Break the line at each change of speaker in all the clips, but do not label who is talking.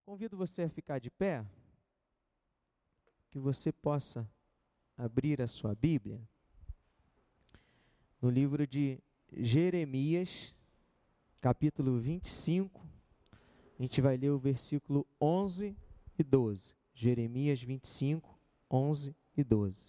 Convido você a ficar de pé, que você possa abrir a sua Bíblia no livro de Jeremias, capítulo 25. A gente vai ler o versículo 11 e 12. Jeremias 25, 11 e 12.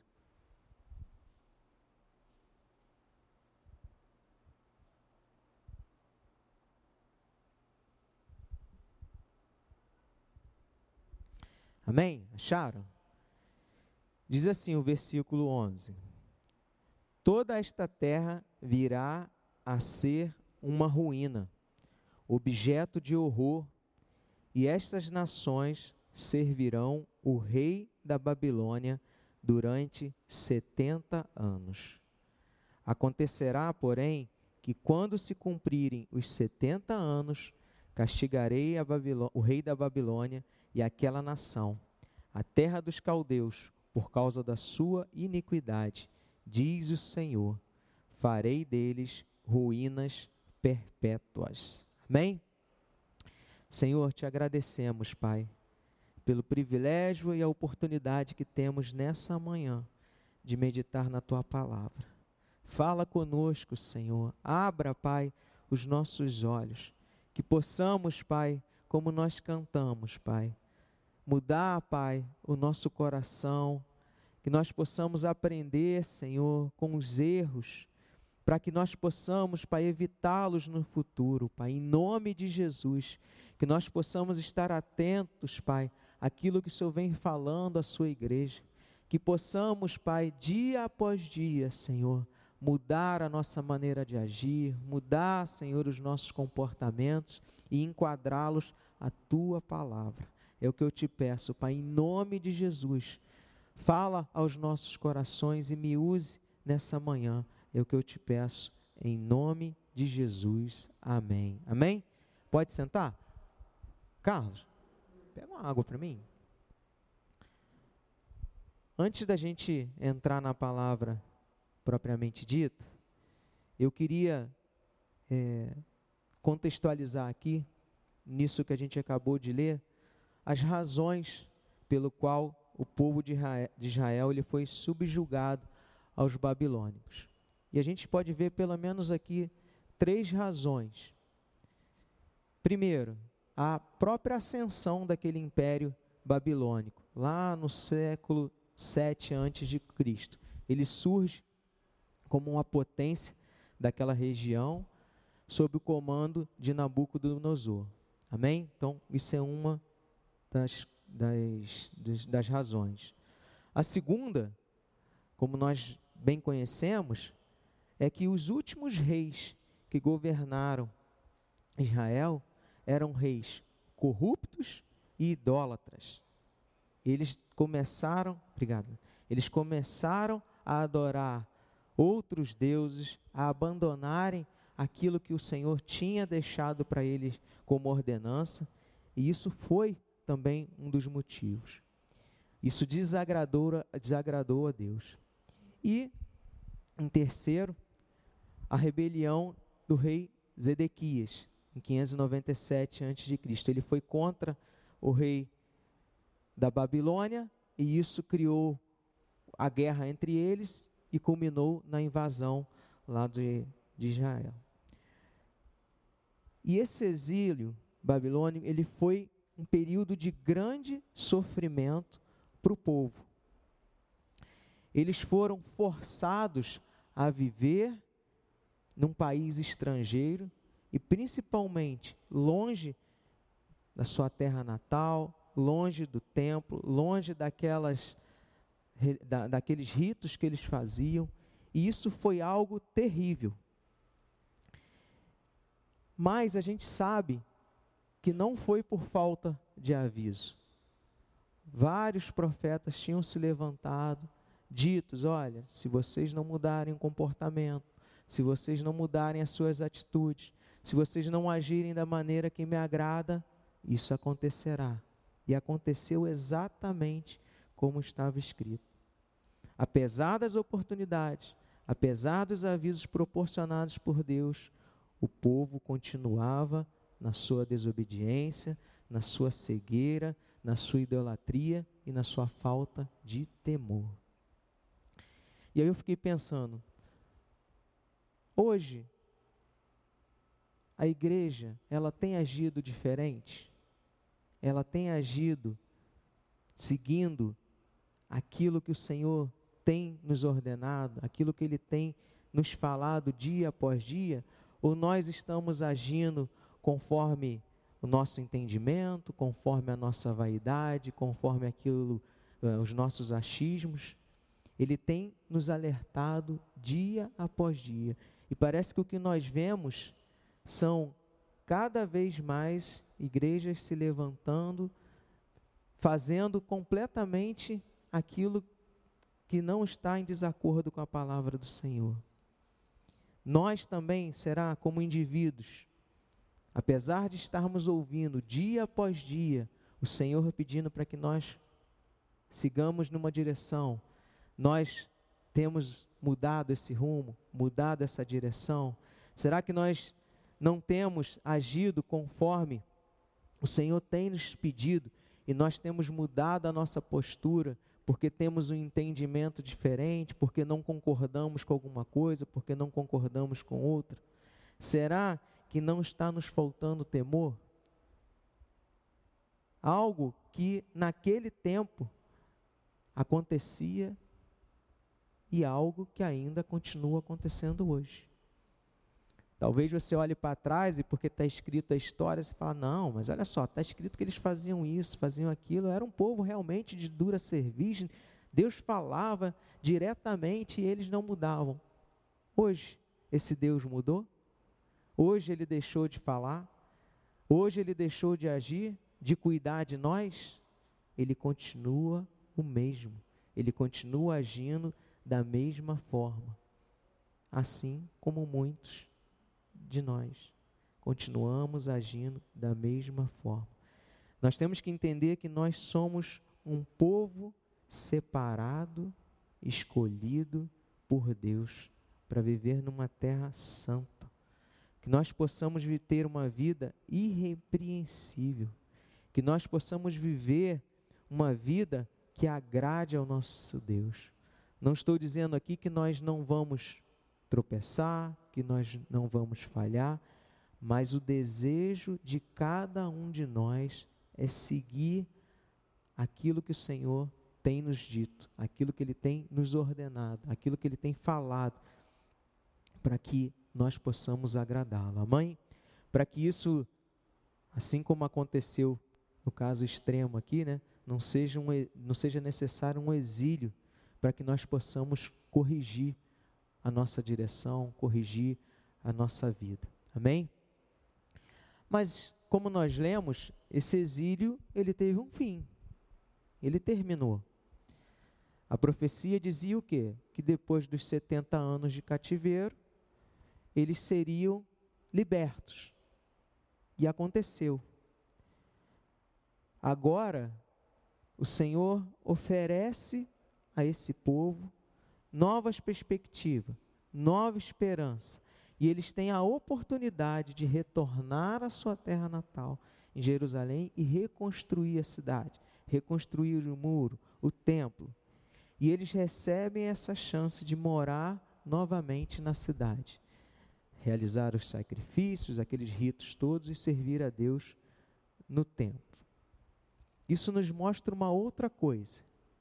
Amém? Acharam? Diz assim o versículo 11: Toda esta terra virá a ser uma ruína, objeto de horror, e estas nações servirão o rei da Babilônia durante 70 anos. Acontecerá, porém, que quando se cumprirem os 70 anos, castigarei o rei da Babilônia e aquela nação, a terra dos caldeus, por causa da sua iniquidade, diz o Senhor. Farei deles ruínas perpétuas. Amém? Senhor, te agradecemos, Pai, pelo privilégio e a oportunidade que temos nessa manhã de meditar na Tua palavra. Fala conosco, Senhor. Abra, Pai, os nossos olhos, que possamos, Pai, como nós cantamos, Pai, mudar, Pai, o nosso coração, que nós possamos aprender, Senhor, com os erros, para que nós possamos, Pai, evitá-los no futuro, Pai, em nome de Jesus, que nós possamos estar atentos, Pai, àquilo que o Senhor vem falando à sua igreja, que possamos, Pai, dia após dia, Senhor, mudar a nossa maneira de agir, mudar, Senhor, os nossos comportamentos e enquadrá-los à Tua palavra. É o que eu te peço, Pai, em nome de Jesus. Fala aos nossos corações e me use nessa manhã. É o que eu te peço, em nome de Jesus. Amém. Amém? Pode sentar? Carlos, pega uma água para mim. Antes da gente entrar na palavra propriamente dita, eu queria contextualizar aqui, nisso que a gente acabou de ler, as razões pelo qual o povo de Israel ele foi subjugado aos babilônicos. E a gente pode ver pelo menos aqui 3 razões. Primeiro, a própria ascensão daquele império babilônico, lá no século 7 a.C. Ele surge como uma potência daquela região, sob o comando de Nabucodonosor. Amém? Então, isso é uma das razões. A segunda, como nós bem conhecemos, é que os últimos reis que governaram Israel eram reis corruptos e idólatras. Eles começaram a adorar outros deuses, a abandonarem aquilo que o Senhor tinha deixado para eles como ordenança, e isso foi também um dos motivos. Isso desagradou a Deus. E, em terceiro, a rebelião do rei Zedequias, em 597 a.C. Ele foi contra o rei da Babilônia, e isso criou a guerra entre eles e culminou na invasão lá de Israel. E esse exílio babilônico, ele foi um período de grande sofrimento para o povo. Eles foram forçados a viver num país estrangeiro e principalmente longe da sua terra natal, longe do templo, longe daqueles ritos que eles faziam, e isso foi algo terrível. Mas a gente sabe que não foi por falta de aviso. Vários profetas tinham se levantado, ditos: olha, se vocês não mudarem o comportamento, se vocês não mudarem as suas atitudes, se vocês não agirem da maneira que me agrada, isso acontecerá. E aconteceu exatamente como estava escrito. Apesar das oportunidades, apesar dos avisos proporcionados por Deus, o povo continuava na sua desobediência, na sua cegueira, na sua idolatria e na sua falta de temor. E aí eu fiquei pensando, hoje, a igreja, ela tem agido diferente? Ela tem agido seguindo aquilo que o Senhor tem nos ordenado, aquilo que Ele tem nos falado dia após dia? Ou nós estamos agindo conforme o nosso entendimento, conforme a nossa vaidade, conforme aquilo, os nossos achismos? Ele tem nos alertado dia após dia. E parece que o que nós vemos são cada vez mais igrejas se levantando, fazendo completamente aquilo que não está em desacordo com a palavra do Senhor. Nós também, será, como indivíduos, apesar de estarmos ouvindo dia após dia o Senhor pedindo para que nós sigamos numa direção, nós temos mudado esse rumo, mudado essa direção? Será que nós não temos agido conforme o Senhor tem nos pedido e nós temos mudado a nossa postura porque temos um entendimento diferente, porque não concordamos com alguma coisa, porque não concordamos com outra? Será que não está nos faltando temor? Algo que naquele tempo acontecia e algo que ainda continua acontecendo hoje. Talvez você olhe para trás e porque está escrito a história, você fala, não, mas olha só, está escrito que eles faziam isso, faziam aquilo, era um povo realmente de dura serviço, Deus falava diretamente e eles não mudavam. Hoje, esse Deus mudou? Hoje Ele deixou de falar? Hoje Ele deixou de agir, de cuidar de nós? Ele continua o mesmo, Ele continua agindo da mesma forma, assim como muitos de nós continuamos agindo da mesma forma. Nós temos que entender que nós somos um povo separado, escolhido por Deus para viver numa terra santa, que nós possamos ter uma vida irrepreensível, que nós possamos viver uma vida que agrade ao nosso Deus. Não estou dizendo aqui que nós não vamos tropeçar, que nós não vamos falhar, mas o desejo de cada um de nós é seguir aquilo que o Senhor tem nos dito, aquilo que Ele tem nos ordenado, aquilo que Ele tem falado, para que nós possamos agradá-lo. Amém? Para que isso, assim como aconteceu no caso extremo aqui, né, não seja necessário um exílio, para que nós possamos corrigir a nossa direção, corrigir a nossa vida. Amém? Mas, como nós lemos, esse exílio, ele teve um fim. Ele terminou. A profecia dizia o quê? Que depois dos 70 anos de cativeiro, eles seriam libertos. E aconteceu. Agora, o Senhor oferece a esse povo novas perspectivas, nova esperança, e eles têm a oportunidade de retornar à sua terra natal, em Jerusalém, e reconstruir a cidade, reconstruir o muro, o templo, e eles recebem essa chance de morar novamente na cidade, realizar os sacrifícios, aqueles ritos todos, e servir a Deus no templo. Isso nos mostra uma outra coisa: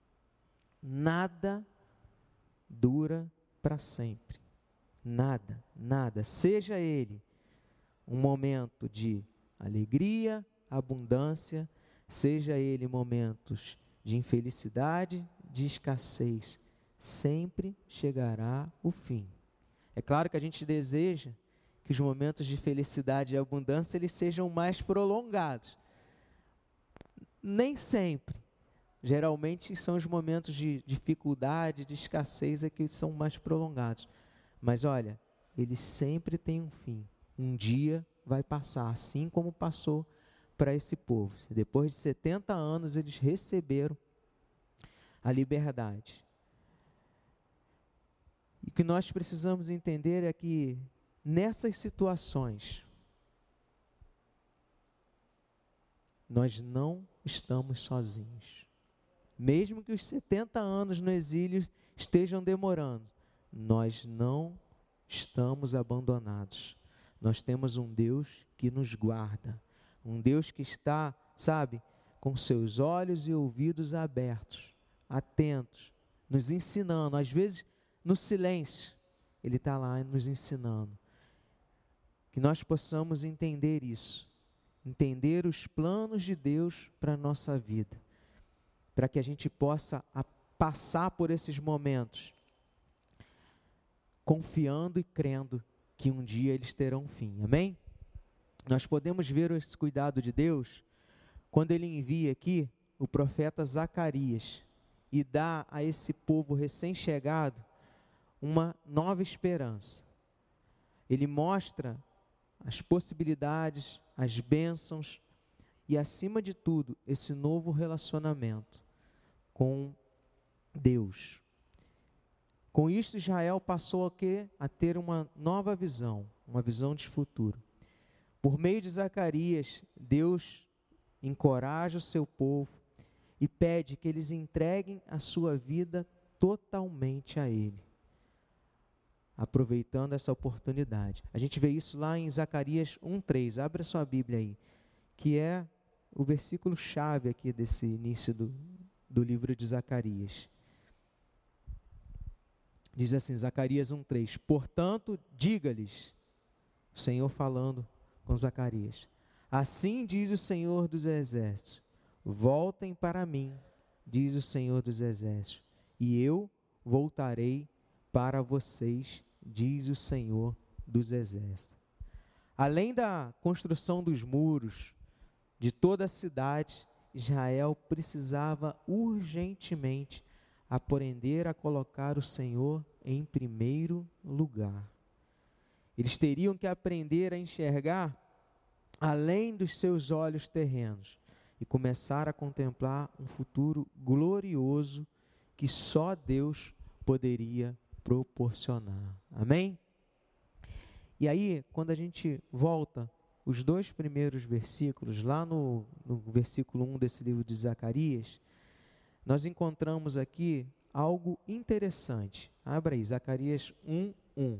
nada dura para sempre. Nada, nada. Seja ele um momento de alegria, abundância, seja ele momentos de infelicidade, de escassez, sempre chegará o fim. É claro que a gente deseja que os momentos de felicidade e abundância eles sejam mais prolongados. Nem sempre. Geralmente são os momentos de dificuldade, de escassez que são mais prolongados. Mas olha, eles sempre têm um fim. Um dia vai passar, assim como passou para esse povo. Depois de 70 anos eles receberam a liberdade. E o que nós precisamos entender é que nessas situações, nós não estamos sozinhos. Mesmo que os 70 anos no exílio estejam demorando, nós não estamos abandonados. Nós temos um Deus que nos guarda, um Deus que está, sabe, com seus olhos e ouvidos abertos, atentos, nos ensinando, às vezes no silêncio, Ele está lá nos ensinando. Que nós possamos entender isso, entender os planos de Deus para a nossa vida, para que a gente possa passar por esses momentos, confiando e crendo que um dia eles terão fim, amém? Nós podemos ver esse cuidado de Deus quando Ele envia aqui o profeta Zacarias e dá a esse povo recém-chegado uma nova esperança. Ele mostra as possibilidades, as bênçãos e, acima de tudo, esse novo relacionamento com Deus. Com isso, Israel passou a ter uma nova visão, uma visão de futuro. Por meio de Zacarias, Deus encoraja o seu povo e pede que eles entreguem a sua vida totalmente a Ele, aproveitando essa oportunidade. A gente vê isso lá em Zacarias 1:3, abre a sua Bíblia aí, que é o versículo chave aqui desse início do livro de Zacarias. Diz assim, Zacarias 1:3, portanto, diga-lhes, o Senhor falando com Zacarias, assim diz o Senhor dos Exércitos, voltem para mim, diz o Senhor dos Exércitos, e eu voltarei para vocês, diz o Senhor dos Exércitos. Além da construção dos muros de toda a cidade, Israel precisava urgentemente aprender a colocar o Senhor em primeiro lugar. Eles teriam que aprender a enxergar além dos seus olhos terrenos e começar a contemplar um futuro glorioso que só Deus poderia proporcionar. Amém? E aí, quando a gente volta os 2 primeiros versículos, lá no versículo 1 desse livro de Zacarias, nós encontramos aqui algo interessante. Abra aí, Zacarias 1:1.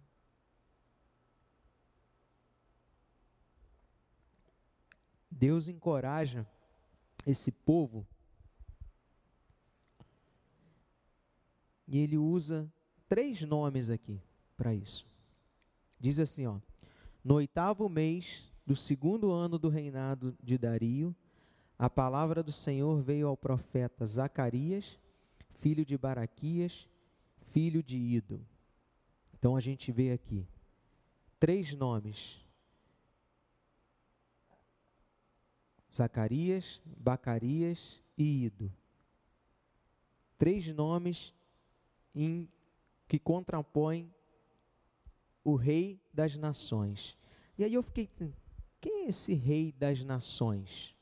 Deus encoraja esse povo e Ele usa 3 nomes aqui para isso. Diz assim, ó, no 8º mês do 2º ano do reinado de Dario, a palavra do Senhor veio ao profeta Zacarias, filho de Baraquias, filho de Ido. Então a gente vê aqui 3 nomes: Zacarias, Bacarias e Ido. 3 nomes que contrapõem o rei das nações. E aí eu fiquei, quem é esse rei das nações?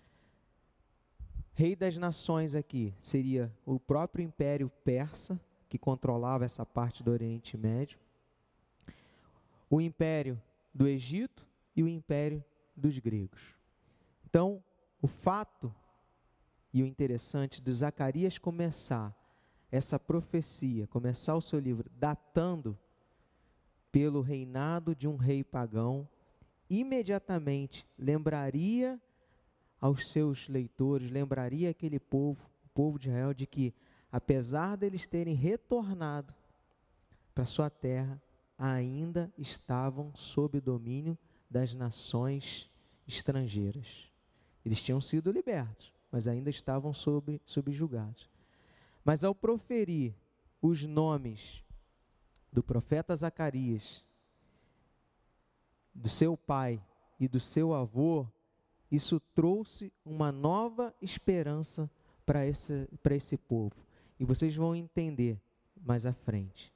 Rei das nações aqui seria o próprio Império Persa, que controlava essa parte do Oriente Médio, o Império do Egito e o Império dos gregos. Então, o fato e o interessante de Zacarias começar essa profecia, começar o seu livro datando pelo reinado de um rei pagão, imediatamente lembraria aos seus leitores, lembraria aquele povo, o povo de Israel, de que, apesar deles terem retornado para sua terra, ainda estavam sob o domínio das nações estrangeiras. Eles tinham sido libertos, mas ainda estavam subjugados. Mas ao proferir os nomes do profeta Zacarias, do seu pai e do seu avô, isso trouxe uma nova esperança para esse povo. E vocês vão entender mais à frente.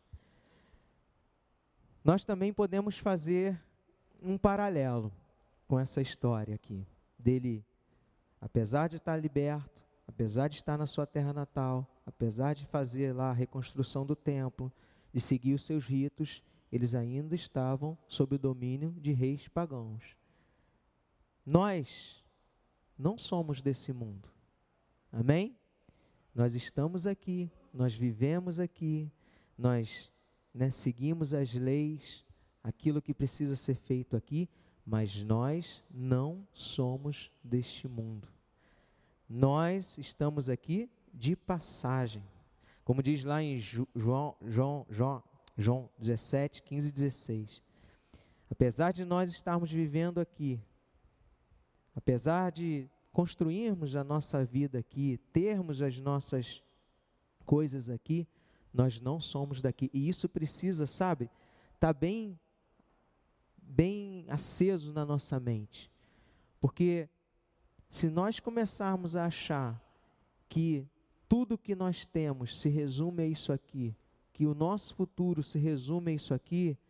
Nós também podemos fazer um paralelo com essa história aqui, dele, apesar de estar liberto, apesar de estar na sua terra natal, apesar de fazer lá a reconstrução do templo, de seguir os seus ritos, eles ainda estavam sob o domínio de reis pagãos. Nós não somos desse mundo. Amém? Nós estamos aqui, nós vivemos aqui, nós seguimos as leis, aquilo que precisa ser feito aqui, mas nós não somos deste mundo. Nós estamos aqui de passagem. Como diz lá em João 17, 15 e 16. Apesar de nós estarmos vivendo aqui, apesar de construirmos a nossa vida aqui, termos as nossas coisas aqui, nós não somos daqui. E isso precisa, sabe, tá bem aceso na nossa mente. Porque se nós começarmos a achar que tudo que nós temos se resume a isso aqui, que o nosso futuro se resume a isso aqui,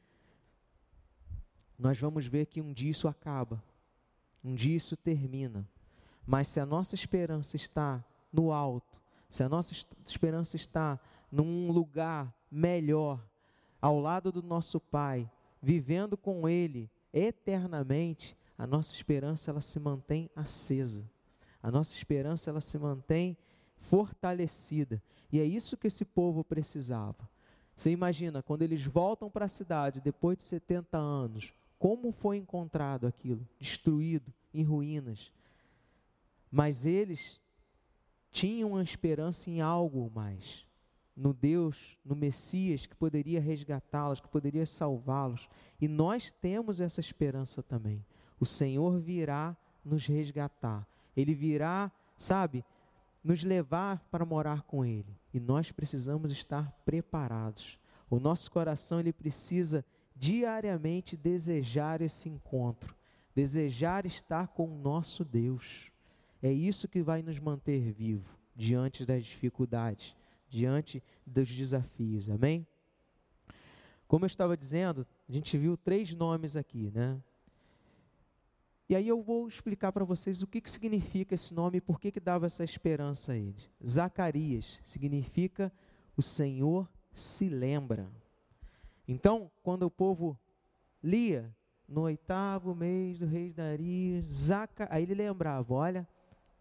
nós vamos ver que um dia isso acaba, um dia isso termina. Mas se a nossa esperança está no alto, se a nossa esperança está num lugar melhor, ao lado do nosso Pai, vivendo com Ele eternamente, a nossa esperança ela se mantém acesa. A nossa esperança ela se mantém fortalecida. E é isso que esse povo precisava. Você imagina, quando eles voltam para a cidade, depois de 70 anos, como foi encontrado aquilo? Destruído, em ruínas. Mas eles tinham uma esperança em algo mais. No Deus, no Messias, que poderia resgatá-los, que poderia salvá-los. E nós temos essa esperança também. O Senhor virá nos resgatar. Ele virá, sabe, nos levar para morar com Ele. E nós precisamos estar preparados. O nosso coração, ele precisa diariamente desejar esse encontro. Desejar estar com o nosso Deus. É isso que vai nos manter vivos diante das dificuldades, diante dos desafios. Amém? Como eu estava dizendo, a gente viu 3 nomes aqui, né? E aí eu vou explicar para vocês o que significa esse nome e por que dava essa esperança a eles. Zacarias significa o Senhor se lembra. Então, quando o povo lia, no 8º mês do rei Darius, aí ele lembrava, olha,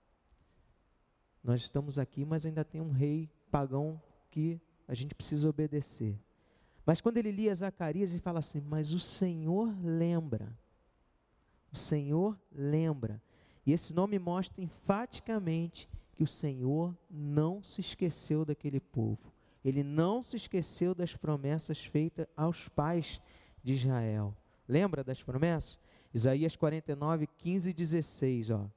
nós estamos aqui, mas ainda tem um rei pagão que a gente precisa obedecer. Mas quando ele lia Zacarias, ele fala assim, mas o Senhor lembra. O Senhor lembra. E esse nome mostra enfaticamente que o Senhor não se esqueceu daquele povo. Ele não se esqueceu das promessas feitas aos pais de Israel. Lembra das promessas? Isaías 49, 15 e 16, ó.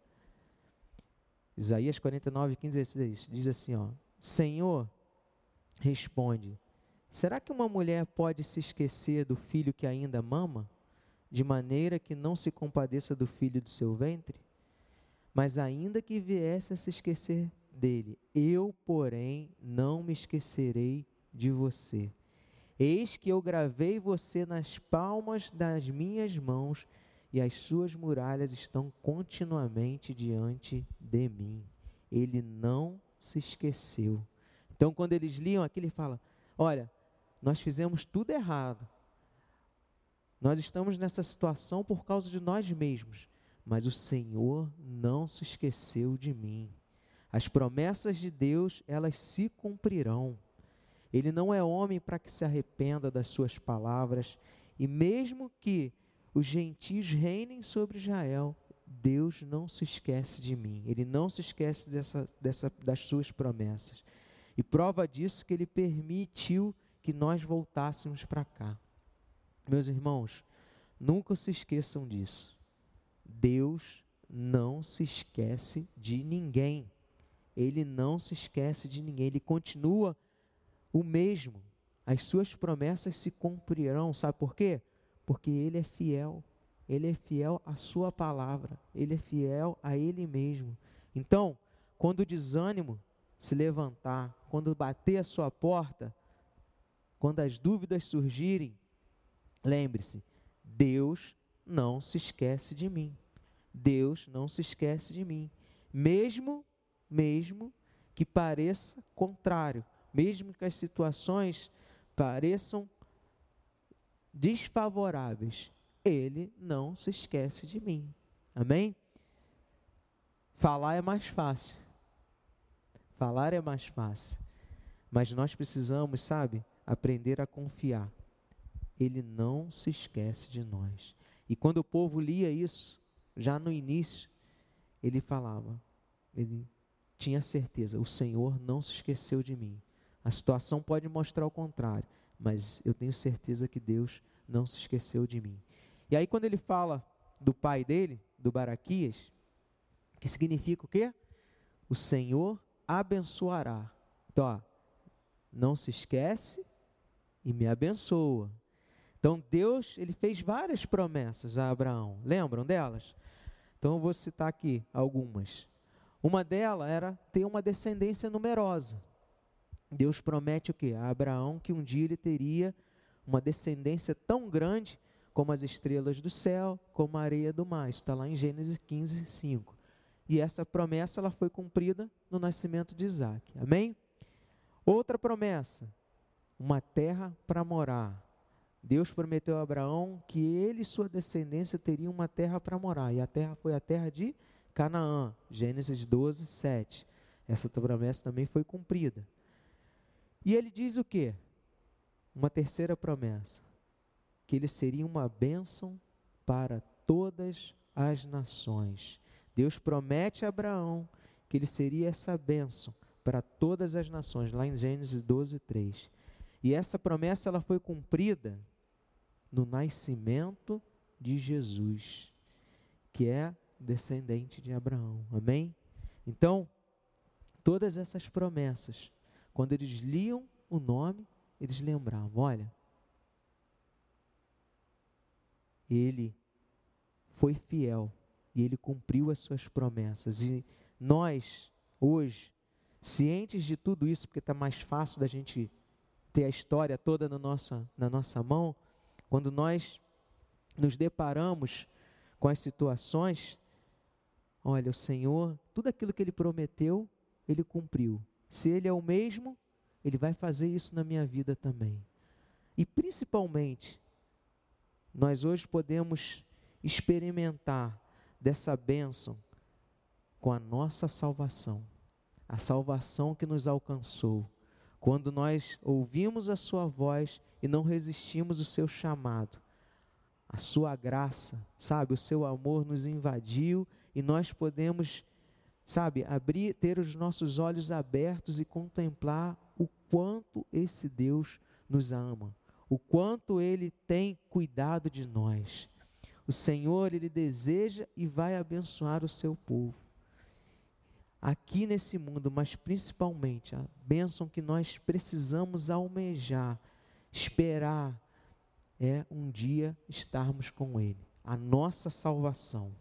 Isaías 49, 15 e 16, diz assim, ó. Senhor, responde, será que uma mulher pode se esquecer do filho que ainda mama, de maneira que não se compadeça do filho do seu ventre? Mas ainda que viesse a se esquecer dele, eu, porém, não me esquecerei de você. Eis que eu gravei você nas palmas das minhas mãos, e as suas muralhas estão continuamente diante de mim. Ele não se esqueceu. Então, quando eles liam aqui, ele fala, olha, nós fizemos tudo errado. Nós estamos nessa situação por causa de nós mesmos, mas o Senhor não se esqueceu de mim. As promessas de Deus, elas se cumprirão. Ele não é homem para que se arrependa das suas palavras, e mesmo que os gentios reinem sobre Israel, Deus não se esquece de mim. Ele não se esquece das suas promessas. E prova disso que Ele permitiu que nós voltássemos para cá. Meus irmãos, nunca se esqueçam disso. Deus não se esquece de ninguém. Ele não se esquece de ninguém. Ele continua o mesmo. As suas promessas se cumprirão. Sabe por quê? Porque Ele é fiel. Ele é fiel à sua palavra. Ele é fiel a Ele mesmo. Então, quando o desânimo se levantar, quando bater a sua porta, quando as dúvidas surgirem, lembre-se, Deus não se esquece de mim. Deus não se esquece de mim. Mesmo que pareça contrário, mesmo que as situações pareçam desfavoráveis, Ele não se esquece de mim. Amém? Falar é mais fácil. Falar é mais fácil. Mas nós precisamos, sabe, aprender a confiar. Ele não se esquece de nós. E quando o povo lia isso, já no início, ele falava, ele tinha certeza, o Senhor não se esqueceu de mim. A situação pode mostrar o contrário, mas eu tenho certeza que Deus não se esqueceu de mim. E aí quando ele fala do pai dele, do Baraquias, que significa o quê? O Senhor abençoará. Então, ó, não se esquece e me abençoa. Então Deus, ele fez várias promessas a Abraão. Lembram delas? Então eu vou citar aqui algumas. Uma delas era ter uma descendência numerosa. Deus promete o quê? A Abraão que um dia ele teria uma descendência tão grande como as estrelas do céu, como a areia do mar. Isso está lá em Gênesis 15, 5. E essa promessa ela foi cumprida no nascimento de Isaac. Amém? Outra promessa, uma terra para morar. Deus prometeu a Abraão que ele e sua descendência teriam uma terra para morar. E a terra foi a terra de Canaã. Gênesis 12, 7. Essa promessa também foi cumprida. E ele diz o quê? Uma terceira promessa. Que ele seria uma bênção para todas as nações. Deus promete a Abraão que ele seria essa bênção para todas as nações, lá em Gênesis 12, 3. E essa promessa ela foi cumprida no nascimento de Jesus, que é descendente de Abraão. Amém? Então, todas essas promessas, quando eles liam o nome, eles lembravam, olha, ele foi fiel e ele cumpriu as suas promessas. E nós, hoje, cientes de tudo isso, porque está mais fácil da gente ter a história toda na nossa mão, quando nós nos deparamos com as situações, olha, o Senhor, tudo aquilo que Ele prometeu, Ele cumpriu. Se Ele é o mesmo, Ele vai fazer isso na minha vida também. E principalmente, nós hoje podemos experimentar dessa bênção com a nossa salvação. A salvação que nos alcançou. Quando nós ouvimos a sua voz e não resistimos o seu chamado, a sua graça, sabe, o seu amor nos invadiu e nós podemos, sabe, ter os nossos olhos abertos e contemplar o quanto esse Deus nos ama, o quanto Ele tem cuidado de nós. O Senhor, Ele deseja e vai abençoar o seu povo. Aqui nesse mundo, mas principalmente a bênção que nós precisamos almejar, esperar, é um dia estarmos com Ele. A nossa salvação,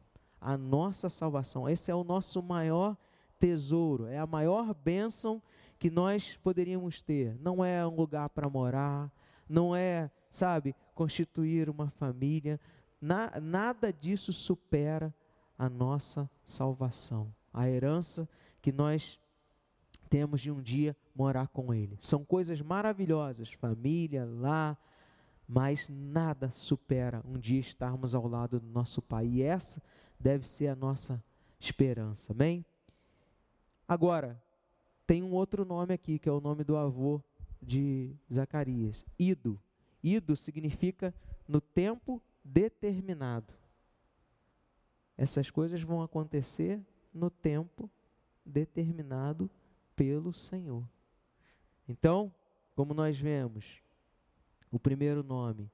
esse é o nosso maior tesouro, é a maior bênção que nós poderíamos ter. Não é um lugar para morar, não é, sabe, constituir uma família, nada disso supera a nossa salvação. A herança que nós temos de um dia morar com Ele. São coisas maravilhosas, família, lar, mas nada supera um dia estarmos ao lado do nosso Pai. E essa deve ser a nossa esperança, amém? Agora, tem um outro nome aqui, que é o nome do avô de Zacarias, Ido. Ido significa no tempo determinado. Essas coisas vão acontecer no tempo determinado pelo Senhor. Então, como nós vemos, o primeiro nome,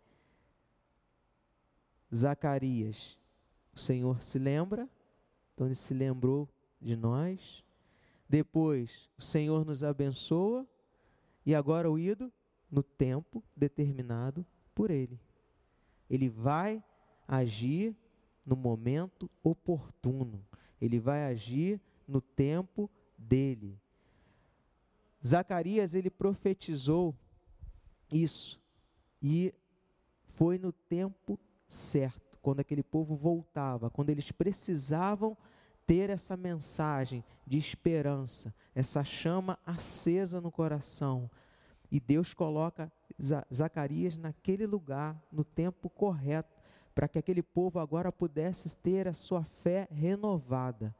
Zacarias, o Senhor se lembra, então Ele se lembrou de nós. Depois, o Senhor nos abençoa, e agora o Ido, no tempo determinado por Ele. Ele vai agir no momento oportuno. Ele vai agir no tempo dele. Zacarias, ele profetizou isso. E foi no tempo certo, quando aquele povo voltava, quando eles precisavam ter essa mensagem de esperança, essa chama acesa no coração. E Deus coloca Zacarias naquele lugar, no tempo correto, para que aquele povo agora pudesse ter a sua fé renovada.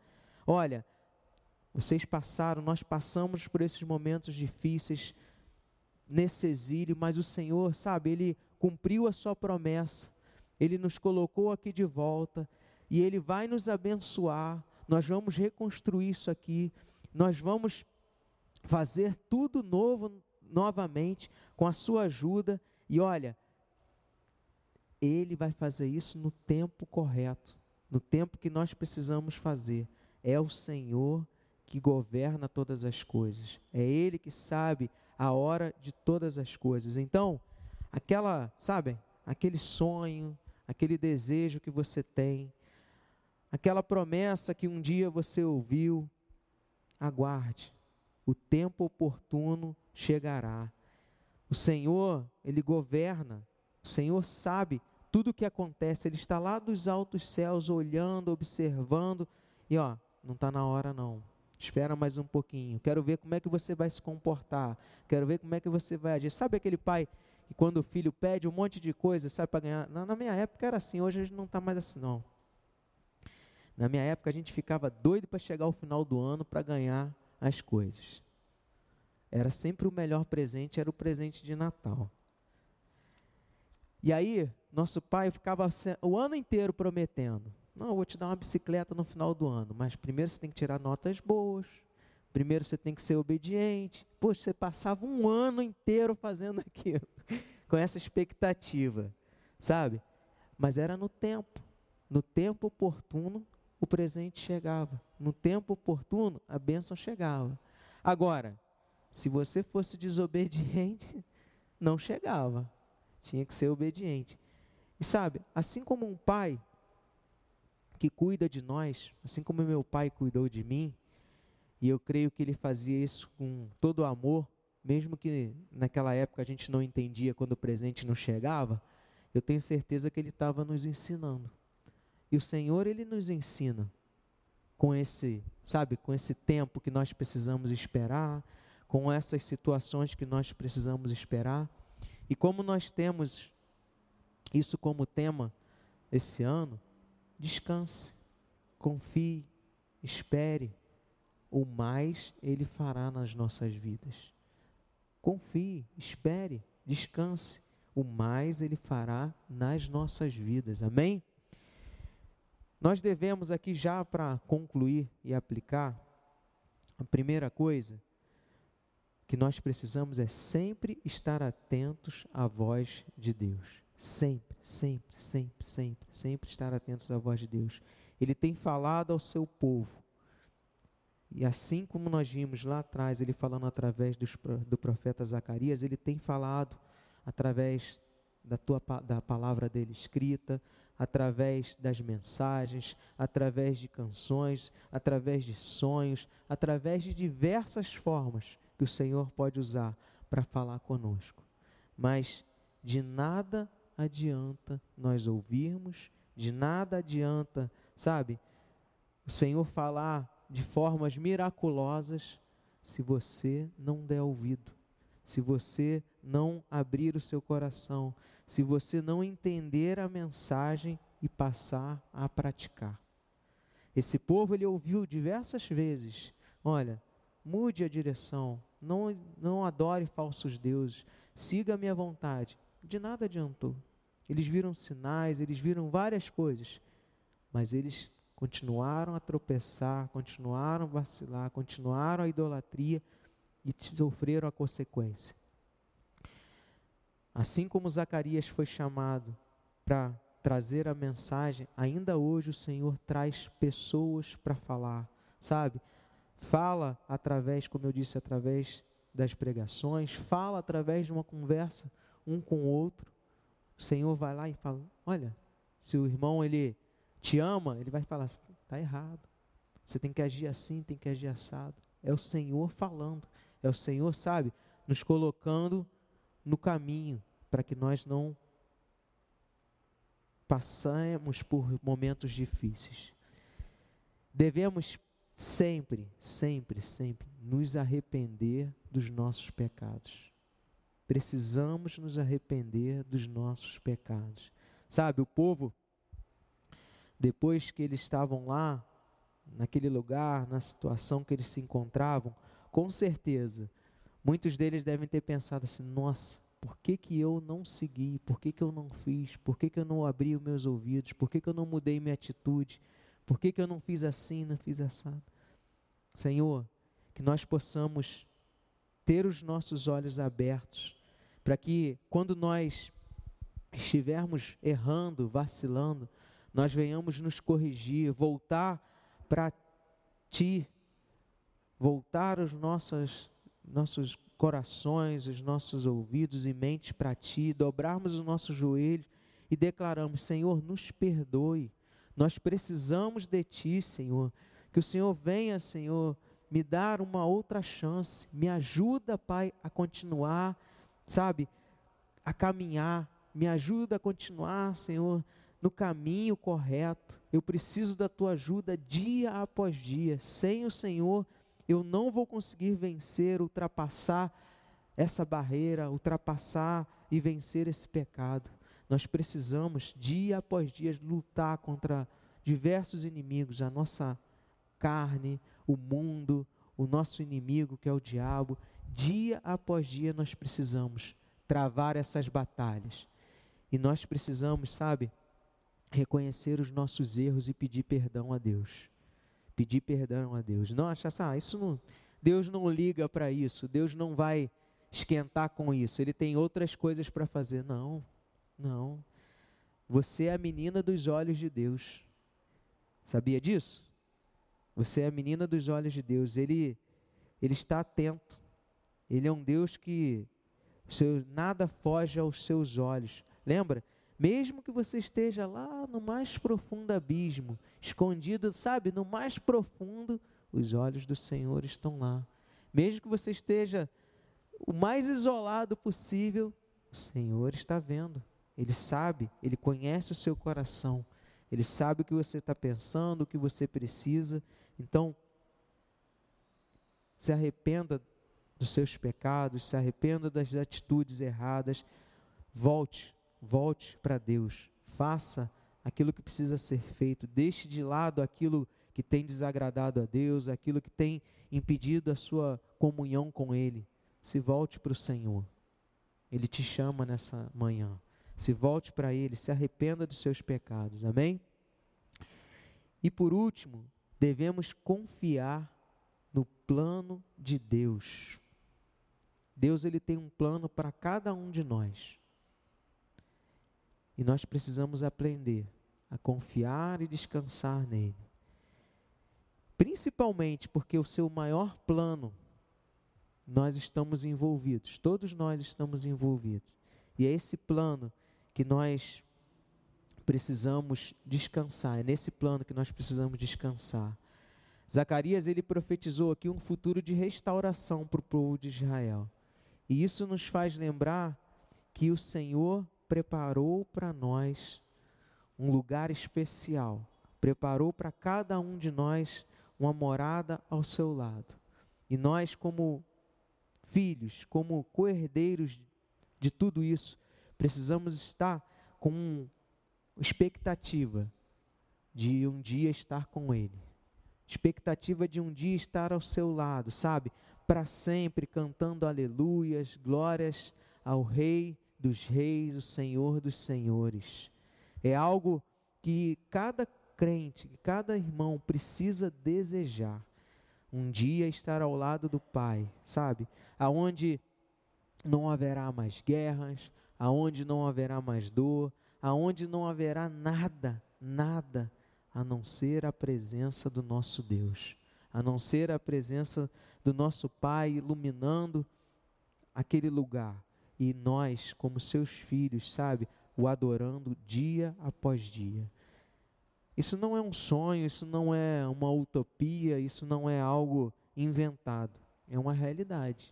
Olha, vocês passaram, nós passamos por esses momentos difíceis, nesse exílio, mas o Senhor, sabe, Ele cumpriu a sua promessa, Ele nos colocou aqui de volta, e Ele vai nos abençoar, nós vamos reconstruir isso aqui, nós vamos fazer tudo novo, novamente, com a sua ajuda, e olha, Ele vai fazer isso no tempo correto, no tempo que nós precisamos fazer. É o Senhor que governa todas as coisas, é Ele que sabe a hora de todas as coisas. Então, aquele sonho, aquele desejo que você tem, aquela promessa que um dia você ouviu, aguarde, o tempo oportuno chegará. O Senhor, Ele governa, o Senhor sabe tudo o que acontece, Ele está lá dos altos céus, olhando, observando, e não está na hora não. Espera mais um pouquinho, quero ver como é que você vai se comportar, quero ver como é que você vai agir. Sabe aquele pai que quando o filho pede um monte de coisa, sabe, para ganhar? Na minha época era assim, hoje não está mais assim não. Na minha época a gente ficava doido para chegar ao final do ano para ganhar as coisas. Era sempre o melhor presente, era o presente de Natal. E aí, nosso pai ficava o ano inteiro prometendo, não, eu vou te dar uma bicicleta no final do ano, mas primeiro você tem que tirar notas boas, primeiro você tem que ser obediente. Poxa, você passava um ano inteiro fazendo aquilo, com essa expectativa, sabe? Mas era no tempo oportuno o presente chegava, no tempo oportuno a bênção chegava. Agora, se você fosse desobediente, não chegava, tinha que ser obediente. E sabe, assim como um pai que cuida de nós, assim como meu pai cuidou de mim, e eu creio que ele fazia isso com todo o amor, mesmo que naquela época a gente não entendia quando o presente não chegava, eu tenho certeza que ele estava nos ensinando. E o Senhor, Ele nos ensina com esse tempo que nós precisamos esperar, com essas situações que nós precisamos esperar. E como nós temos isso como tema esse ano, descanse, confie, espere, o mais Ele fará nas nossas vidas. Confie, espere, descanse, o mais Ele fará nas nossas vidas, amém? Nós devemos aqui já para concluir e aplicar, a primeira coisa que nós precisamos é sempre estar atentos à voz de Deus. Sempre, sempre, sempre, sempre, sempre estar atentos à voz de Deus. Ele tem falado ao seu povo. E assim como nós vimos lá atrás, ele falando através do profeta Zacarias, ele tem falado através da palavra dele escrita, através das mensagens, através de canções, através de sonhos, através de diversas formas que o Senhor pode usar para falar conosco. Mas de nada adianta nós ouvirmos, de nada adianta, o Senhor falar de formas miraculosas se você não der ouvido, se você não abrir o seu coração, se você não entender a mensagem e passar a praticar. Esse povo, ele ouviu diversas vezes, olha, mude a direção, não adore falsos deuses, siga a minha vontade. De nada adiantou. Eles viram sinais, eles viram várias coisas, mas eles continuaram a tropeçar, continuaram a vacilar, continuaram a idolatria e sofreram a consequência. Assim como Zacarias foi chamado para trazer a mensagem, ainda hoje o Senhor traz pessoas para falar, Fala através, como eu disse, através das pregações, fala através de uma conversa um com o outro. O Senhor vai lá e fala, olha, se o irmão ele te ama, ele vai falar, está errado, você tem que agir assim, tem que agir assado. É o Senhor falando, é o Senhor, nos colocando no caminho, para que nós não passemos por momentos difíceis. Devemos sempre, sempre, sempre nos arrepender dos nossos pecados. Precisamos nos arrepender dos nossos pecados. O povo, depois que eles estavam lá, naquele lugar, na situação que eles se encontravam, com certeza, muitos deles devem ter pensado assim: nossa, por que que eu não segui? Por que que eu não fiz? Por que que eu não abri os meus ouvidos? Por que que eu não mudei minha atitude? Por que que eu não fiz assim, não fiz assado? Senhor, que nós possamos ter os nossos olhos abertos, para que quando nós estivermos errando, vacilando, nós venhamos nos corrigir, voltar para Ti, voltar os nossos corações, os nossos ouvidos e mentes para Ti, dobrarmos os nossos joelhos e declaramos: Senhor, nos perdoe, nós precisamos de Ti, Senhor, que o Senhor venha, Senhor, me dar uma outra chance, me ajuda, Pai, a continuar, sabe, a caminhar, me ajuda a continuar, Senhor, no caminho correto. Eu preciso da Tua ajuda dia após dia. Sem o Senhor, eu não vou conseguir vencer, ultrapassar essa barreira, ultrapassar e vencer esse pecado. Nós precisamos, dia após dia, lutar contra diversos inimigos, a nossa carne, o mundo, o nosso inimigo que é o diabo. Dia após dia nós precisamos travar essas batalhas. E nós precisamos, sabe, reconhecer os nossos erros e pedir perdão a Deus. Pedir perdão a Deus. Não achar assim, isso não, Deus não liga para isso, Deus não vai esquentar com isso, Ele tem outras coisas para fazer. Não, não. Você é a menina dos olhos de Deus. Sabia disso? Você é a menina dos olhos de Deus. Ele está atento. Ele é um Deus que nada foge aos seus olhos. Lembra? Mesmo que você esteja lá no mais profundo abismo, escondido, sabe, no mais profundo, os olhos do Senhor estão lá. Mesmo que você esteja o mais isolado possível, o Senhor está vendo. Ele sabe, Ele conhece o seu coração. Ele sabe o que você está pensando, o que você precisa. Então, se arrependa dos seus pecados, se arrependa das atitudes erradas, volte para Deus, faça aquilo que precisa ser feito, deixe de lado aquilo que tem desagradado a Deus, aquilo que tem impedido a sua comunhão com Ele. Se volte para o Senhor, Ele te chama nessa manhã, se volte para Ele, se arrependa dos seus pecados, amém? E por último, devemos confiar no plano de Deus. Deus, Ele tem um plano para cada um de nós. E nós precisamos aprender a confiar e descansar nele. Principalmente porque o seu maior plano, nós estamos envolvidos, todos nós estamos envolvidos. E é esse plano que nós precisamos descansar, é nesse plano que nós precisamos descansar. Zacarias, ele profetizou aqui um futuro de restauração para o povo de Israel. E isso nos faz lembrar que o Senhor preparou para nós um lugar especial, preparou para cada um de nós uma morada ao seu lado. E nós, como filhos, como co-herdeiros de tudo isso, precisamos estar com expectativa de um dia estar com Ele, expectativa de um dia estar ao seu lado, sabe? Para sempre cantando aleluias, glórias ao Rei dos Reis, o Senhor dos Senhores. É algo que cada crente, que cada irmão precisa desejar. Um dia estar ao lado do Pai, sabe? Aonde não haverá mais guerras, aonde não haverá mais dor, aonde não haverá nada, nada, a não ser a presença do nosso Deus, a não ser a presença do nosso Pai iluminando aquele lugar. E nós, como seus filhos, sabe, o adorando dia após dia. Isso não é um sonho, isso não é uma utopia, isso não é algo inventado. É uma realidade.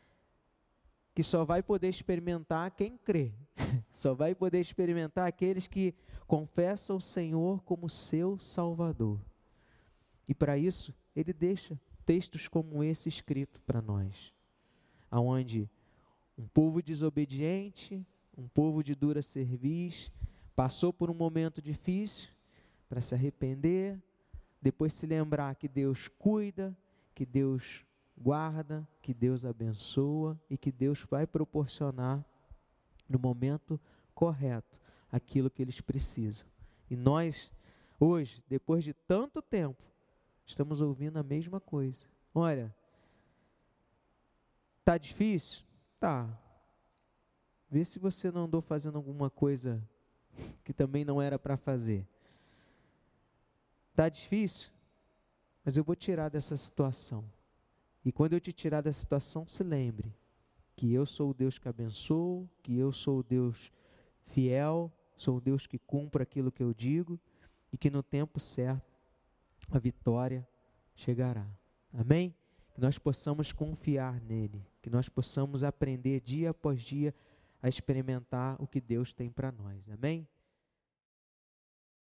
Que só vai poder experimentar quem crê. Só vai poder experimentar aqueles que confessam o Senhor como seu Salvador. E para isso, Ele deixa textos como esse escrito para nós. Onde um povo desobediente, um povo de dura cerviz, passou por um momento difícil para se arrepender, depois se lembrar que Deus cuida, que Deus guarda, que Deus abençoa e que Deus vai proporcionar no momento correto aquilo que eles precisam. E nós, hoje, depois de tanto tempo, estamos ouvindo a mesma coisa. Olha, tá difícil? Tá. Vê se você não andou fazendo alguma coisa que também não era para fazer. Tá difícil? Mas eu vou tirar dessa situação. E quando eu te tirar dessa situação, se lembre que eu sou o Deus que abençoo, que eu sou o Deus fiel, sou o Deus que cumpre aquilo que eu digo e que no tempo certo a vitória chegará. Amém? Que nós possamos confiar nele, que nós possamos aprender dia após dia a experimentar o que Deus tem para nós. Amém?